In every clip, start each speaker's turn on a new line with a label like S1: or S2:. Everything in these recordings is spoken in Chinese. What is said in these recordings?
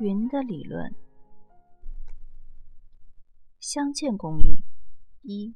S1: 云的理论。镶嵌工艺一，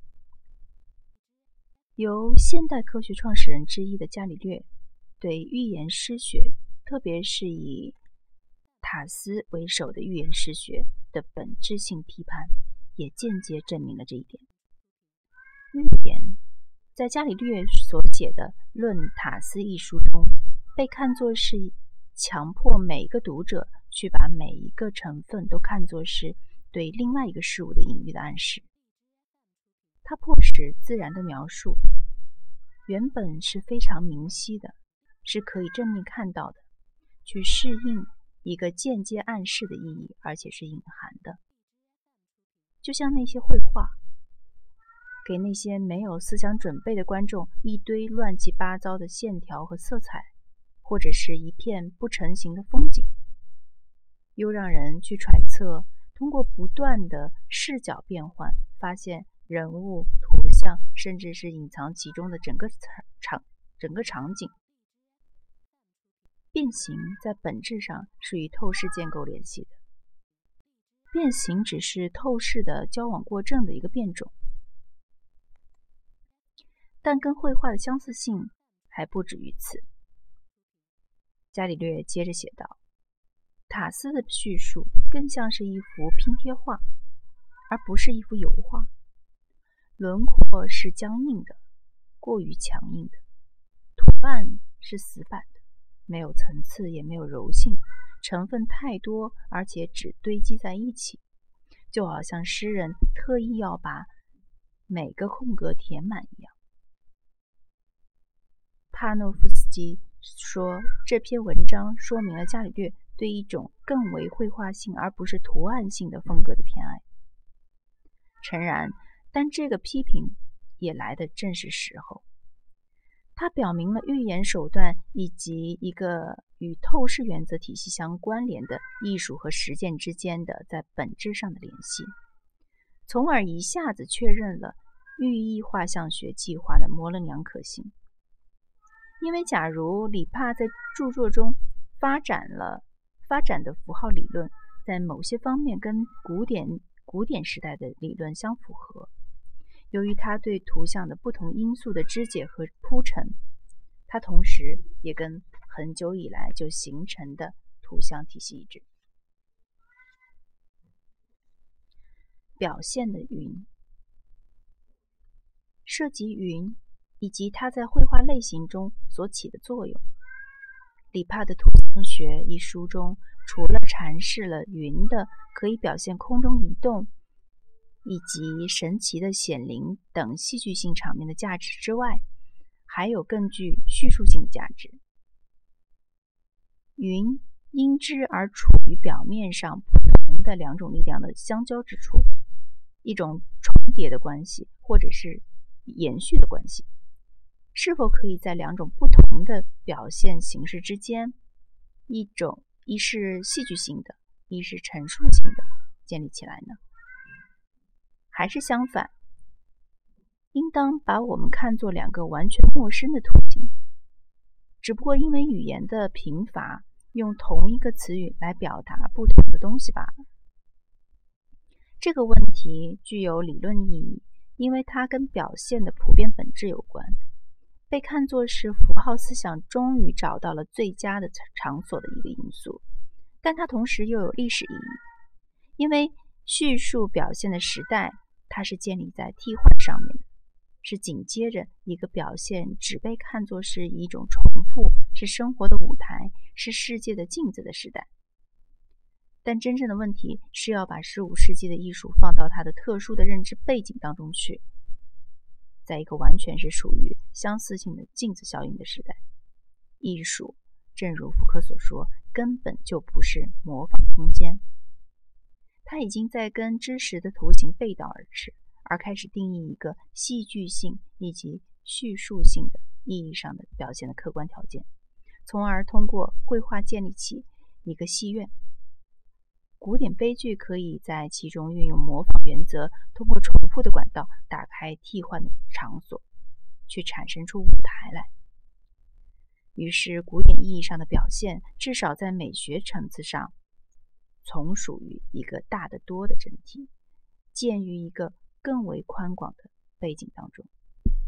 S1: 由现代科学创始人之一的伽利略对预言诗学，特别是以塔斯为首的预言诗学的本质性批判，也间接证明了这一点。预言在伽利略所写的《论塔斯》一书中，被看作是强迫每一个读者去把每一个成分都看作是对另外一个事物的隐喻的暗示。它迫使自然的描述原本是非常明晰的，是可以正面看到的，去适应一个间接暗示的意义，而且是隐含的。就像那些绘画，给那些没有思想准备的观众一堆乱七八糟的线条和色彩，或者是一片不成形的风景，又让人去揣测，通过不断的视角变换，发现人物、图像，甚至是隐藏其中的整个场景。变形在本质上是与透视建构联系的，变形只是透视的交往过正的一个变种，但跟绘画的相似性还不止于此。伽利略接着写道，塔斯的叙述更像是一幅拼贴画，而不是一幅油画。轮廓是僵硬的，过于强硬的，图案是死板的，没有层次也没有柔性，成分太多，而且只堆积在一起，就好像诗人特意要把每个空格填满一样。帕诺夫斯基说，这篇文章说明了伽利略对一种更为绘画性而不是图案性的风格的偏爱。诚然，但这个批评也来得正是时候。它表明了预言手段以及一个与透视原则体系相关联的艺术和实践之间的在本质上的联系，从而一下子确认了寓意画像学计划的模棱两可性。因为假如里帕在著作中发展的符号理论在某些方面跟古典时代的理论相符合，由于他对图像的不同因素的肢解和铺陈，它同时也跟很久以来就形成的图像体系一致。表现的云，涉及云以及它在绘画类型中所起的作用。里帕的《图像学》一书中，除了阐释了云的可以表现空中移动以及神奇的显灵等戏剧性场面的价值之外，还有更具叙述性的价值。云因之而处于表面上不同的两种力量的相交之处，一种重叠的关系，或者是延续的关系，是否可以在两种不同的表现形式之间，一是戏剧性的，一是陈述性的建立起来呢？还是相反，应当把我们看作两个完全陌生的途径，只不过因为语言的贫乏，用同一个词语来表达不同的东西罢了。这个问题具有理论意义，因为它跟表现的普遍本质有关，被看作是符号思想终于找到了最佳的场所的一个因素，但它同时又有历史意义，因为叙述表现的时代，它是建立在替换上面的，是紧接着一个表现只被看作是一种重复，是生活的舞台，是世界的镜子的时代。但真正的问题是要把15世纪的艺术放到它的特殊的认知背景当中去，在一个完全是属于相似性的镜子效应的时代。艺术正如福柯所说，根本就不是模仿空间，它已经在跟知识的图形背道而驰，而开始定义一个戏剧性以及叙述性的意义上的表现的客观条件，从而通过绘画建立起一个戏院。古典悲剧可以在其中运用模仿原则，通过重复的管道打开替换的场所，去产生出舞台来。于是古典意义上的表现，至少在美学层次上从属于一个大得多的整体，建于一个更为宽广的背景当中。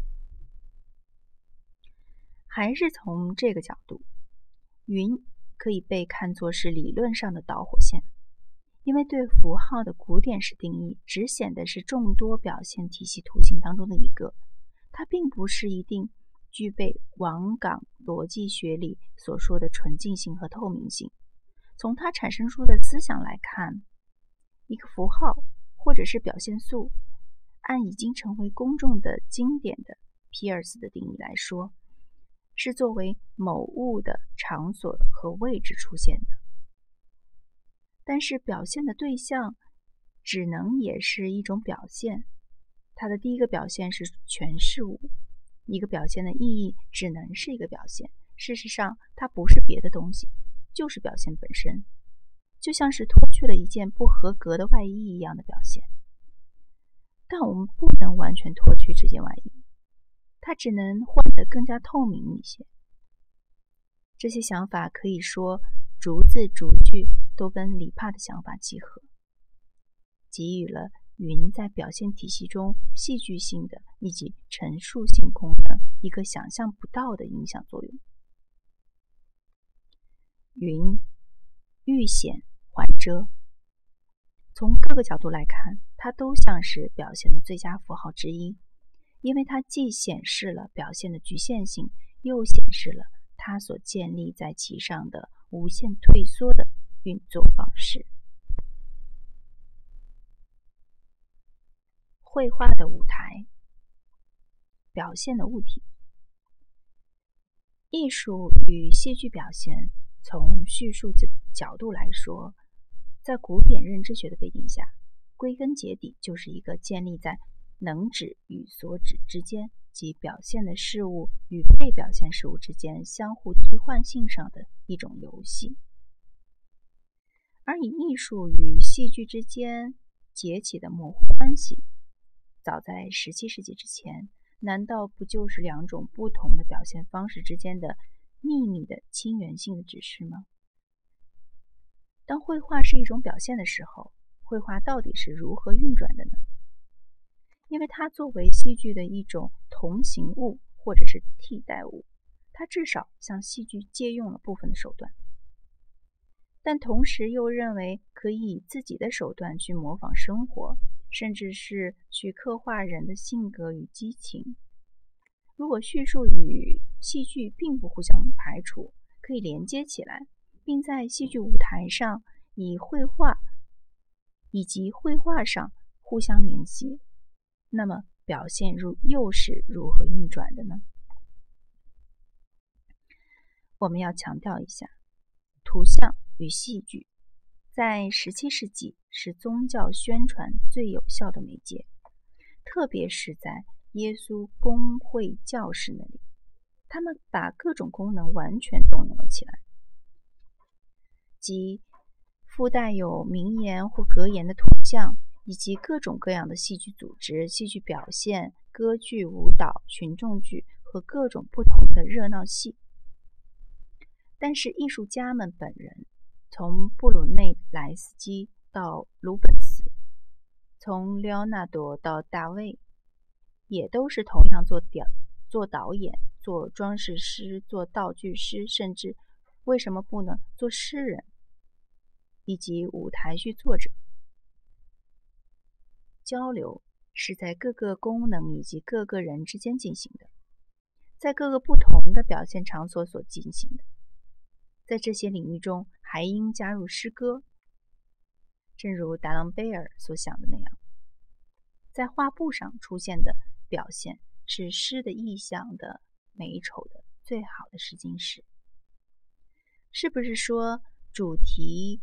S1: 还是从这个角度，云可以被看作是理论上的导火线，因为对符号的古典式定义只显得是众多表现体系图形当中的一个，它并不是一定具备王岗逻辑学里所说的纯净性和透明性。从它产生出的思想来看，一个符号或者是表现素，按已经成为公众的经典的皮尔斯的定义来说，是作为某物的场所和位置出现的。但是表现的对象只能也是一种表现，它的第一个表现是全事物，一个表现的意义只能是一个表现，事实上它不是别的东西，就是表现本身，就像是脱去了一件不合格的外衣一样的表现。但我们不能完全脱去这件外衣，它只能换得更加透明一些。这些想法可以说逐字逐句都跟里帕的想法契合，给予了云在表现体系中戏剧性的以及陈述性功能一个想象不到的影响作用。云遇显缓遮，从各个角度来看，它都像是表现的最佳符号之一，因为它既显示了表现的局限性，又显示了它所建立在其上的无限退缩的运作方式。绘画的舞台，表现的物体。艺术与戏剧表现，从叙述角度来说，在古典认知学的背景下，归根结底就是一个建立在能指与所指之间，即表现的事物与被表现事物之间相互替换性上的一种游戏。而以艺术与戏剧之间结起的模糊关系，早在17世纪之前，难道不就是两种不同的表现方式之间的秘密的亲缘性的指示吗？当绘画是一种表现的时候，绘画到底是如何运转的呢？因为它作为戏剧的一种同行物或者是替代物，它至少向戏剧借用了部分的手段，但同时又认为可以以自己的手段去模仿生活，甚至是去刻画人的性格与激情。如果叙述与戏剧并不互相排除，可以连接起来，并在戏剧舞台上以绘画以及绘画上互相联系，那么表现又是如何运转的呢？我们要强调一下，图像与戏剧在17世纪是宗教宣传最有效的媒介，特别是在耶稣公会教士那里，他们把各种功能完全动用了起来，即附带有名言或格言的图像，以及各种各样的戏剧组织、戏剧表现、歌剧、舞蹈、群众剧和各种不同的热闹戏。但是艺术家们本人，从布鲁内莱斯基到鲁本斯，从列奥纳多到大卫，也都是同样做导演、做装饰师、做道具师，甚至为什么不能做诗人以及舞台剧作者。交流是在各个功能以及各个人之间进行的，在各个不同的表现场所所进行的。在这些领域中还应加入诗歌，正如达朗贝尔所想的那样，在画布上出现的表现是诗的意象的美丑的最好的试金石。是不是说主题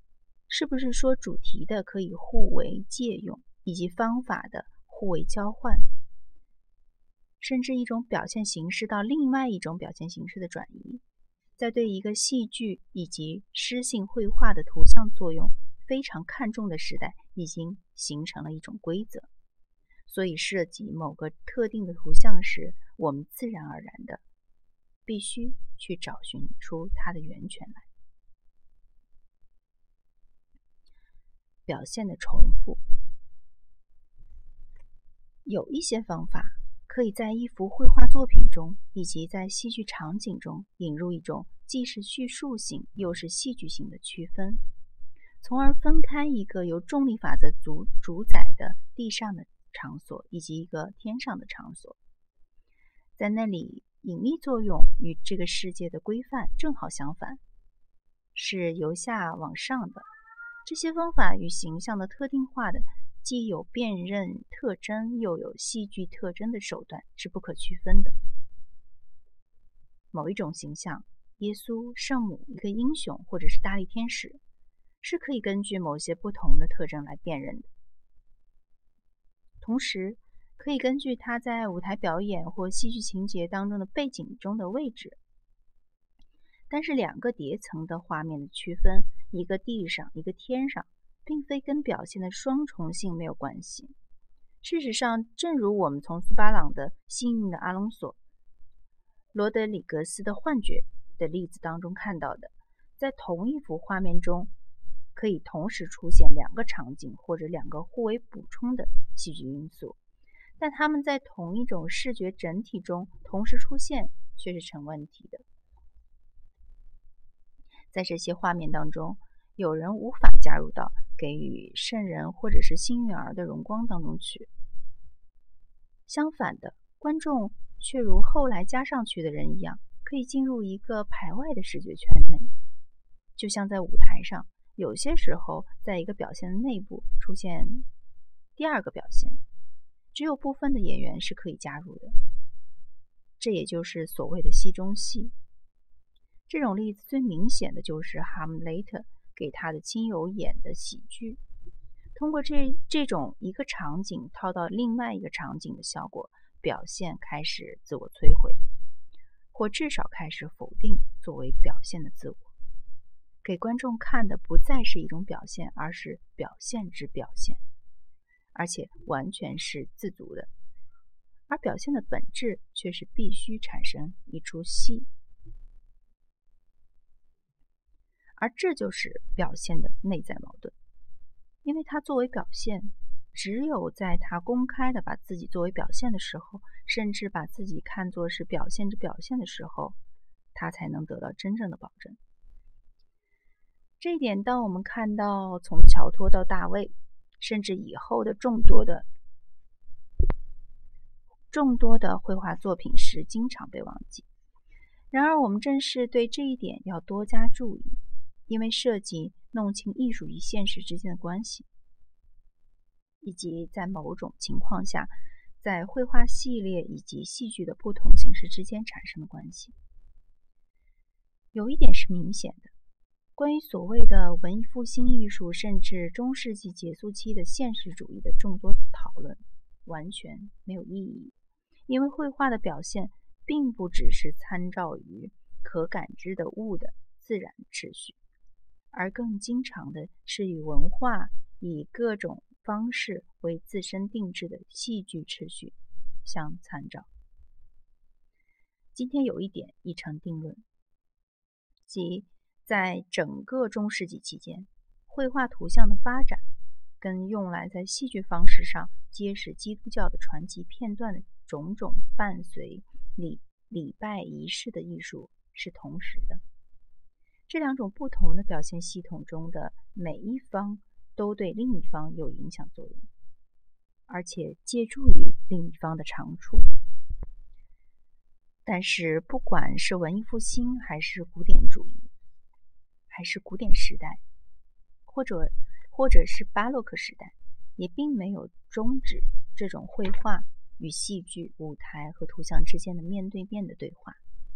S1: 的可以互为借用，以及方法的互为交换，甚至一种表现形式到另外一种表现形式的转移，在对一个戏剧以及诗性绘画的图像作用非常看重的时代，已经形成了一种规则。所以涉及某个特定的图像时，我们自然而然的必须去找寻出它的源泉来。 表现的重复。有一些方法可以在一幅绘画作品中以及在戏剧场景中引入一种既是叙述性又是戏剧性的区分，从而分开一个由重力法则主宰的地上的场所以及一个天上的场所。在那里，引力作用与这个世界的规范正好相反，是由下往上的。这些方法与形象的特定化的既有辨认特征又有戏剧特征的手段是不可区分的。某一种形象，耶稣、圣母、一个英雄或者是大力天使，是可以根据某些不同的特征来辨认的，同时可以根据他在舞台表演或戏剧情节当中的背景中的位置。但是两个叠层的画面的区分，一个地上一个天上，并非跟表现的双重性没有关系。事实上，正如我们从苏巴朗的幸运的阿隆索、罗德里格斯的幻觉的例子当中看到的，在同一幅画面中可以同时出现两个场景或者两个互为补充的戏剧因素，但它们在同一种视觉整体中同时出现却是成问题的。在这些画面当中，有人无法加入到给予圣人或者是幸运儿的荣光当中去，相反的，观众却如后来加上去的人一样，可以进入一个排外的视觉圈内。就像在舞台上，有些时候在一个表现的内部出现第二个表现，只有部分的演员是可以加入的，这也就是所谓的戏中戏。这种例子最明显的就是哈姆雷特给他的亲友演的喜剧，通过这种一个场景套到另外一个场景的效果，表现开始自我摧毁，或至少开始否定作为表现的自我，给观众看的不再是一种表现，而是表现之表现，而且完全是自足的，而表现的本质却是必须产生一出戏。而这就是表现的内在矛盾，因为它作为表现，只有在它公开的把自己作为表现的时候，甚至把自己看作是表现之表现的时候，它才能得到真正的保证。这一点，当我们看到从乔托到大卫，甚至以后的众多的绘画作品时，经常被忘记。然而，我们正是对这一点要多加注意，因为涉及弄清艺术与现实之间的关系，以及在某种情况下，在绘画系列以及戏剧的不同形式之间产生的关系。有一点是明显的，关于所谓的文艺复兴艺术甚至中世纪结束期的现实主义的众多讨论完全没有意义，因为绘画的表现并不只是参照于可感知的物的自然秩序，而更经常的是与文化以各种方式为自身定制的戏剧秩序相参照。今天有一点已成定论，即在整个中世纪期间，绘画图像的发展跟用来在戏剧方式上揭示基督教的传奇片段的种种伴随礼拜仪式的艺术是同时的。这两种不同的表现系统中的每一方都对另一方有影响作用，而且借助于另一方的长处。但是不管是文艺复兴还是古典主义，还是古典时代，或者是巴洛克时代，也并没有终止这种绘画与戏剧、舞台和图像之间的面对面的对话。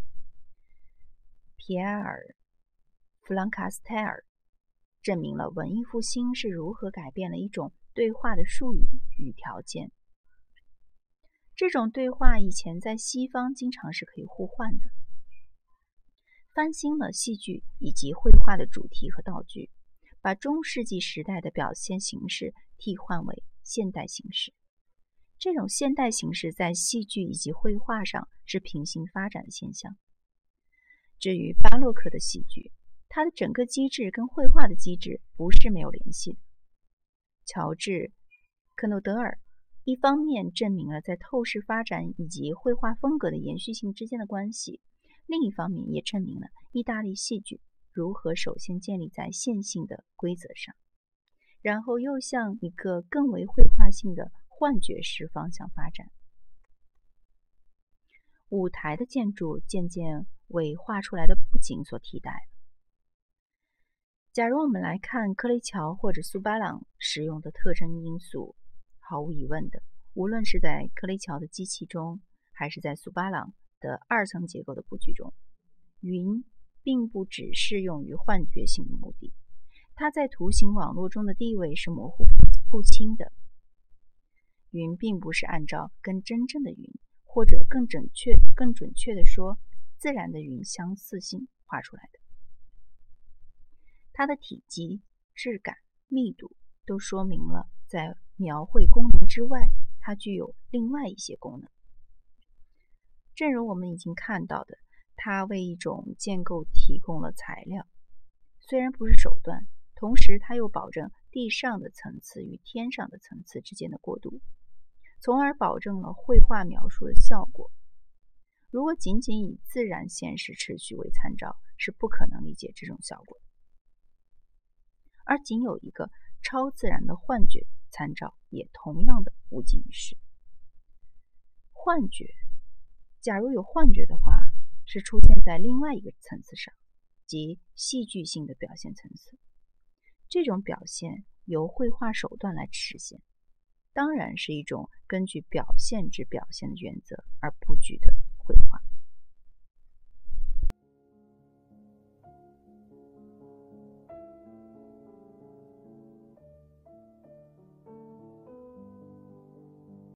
S1: 皮埃尔·弗朗卡斯泰尔证明了文艺复兴是如何改变了一种对话的术语与条件。这种对话以前在西方经常是可以互换的，翻新了戏剧以及绘画的主题和道具，把中世纪时代的表现形式替换为现代形式。这种现代形式在戏剧以及绘画上是平行发展的现象。至于巴洛克的戏剧，它的整个机制跟绘画的机制不是没有联系的。 乔治·克诺德尔一方面证明了在透视发展以及绘画风格的延续性之间的关系，另一方面也证明了意大利戏剧如何首先建立在线性的规则上，然后又向一个更为绘画性的幻觉式方向发展。舞台的建筑渐渐为画出来的布景所替代了。假如我们来看科雷乔或者苏巴朗使用的特征因素，毫无疑问的，无论是在科雷乔的机器中，还是在苏巴朗的二层结构的布局中，云并不只适用于幻觉性的目的，它在图形网络中的地位是模糊不清的。云并不是按照跟真正的云，或者更准确地说，自然的云相似性画出来的。它的体积、质感、密度都说明了在描绘功能之外，它具有另外一些功能。正如我们已经看到的，它为一种建构提供了材料，虽然不是手段，同时它又保证地上的层次与天上的层次之间的过渡，从而保证了绘画描述的效果。如果仅仅以自然现实秩序为参照，是不可能理解这种效果的。而仅有一个超自然的幻觉参照，也同样的无济于事。幻觉，假如有幻觉的话，是出现在另外一个层次上，即戏剧性的表现层次。这种表现由绘画手段来实现，当然是一种根据表现之表现的原则而布局的。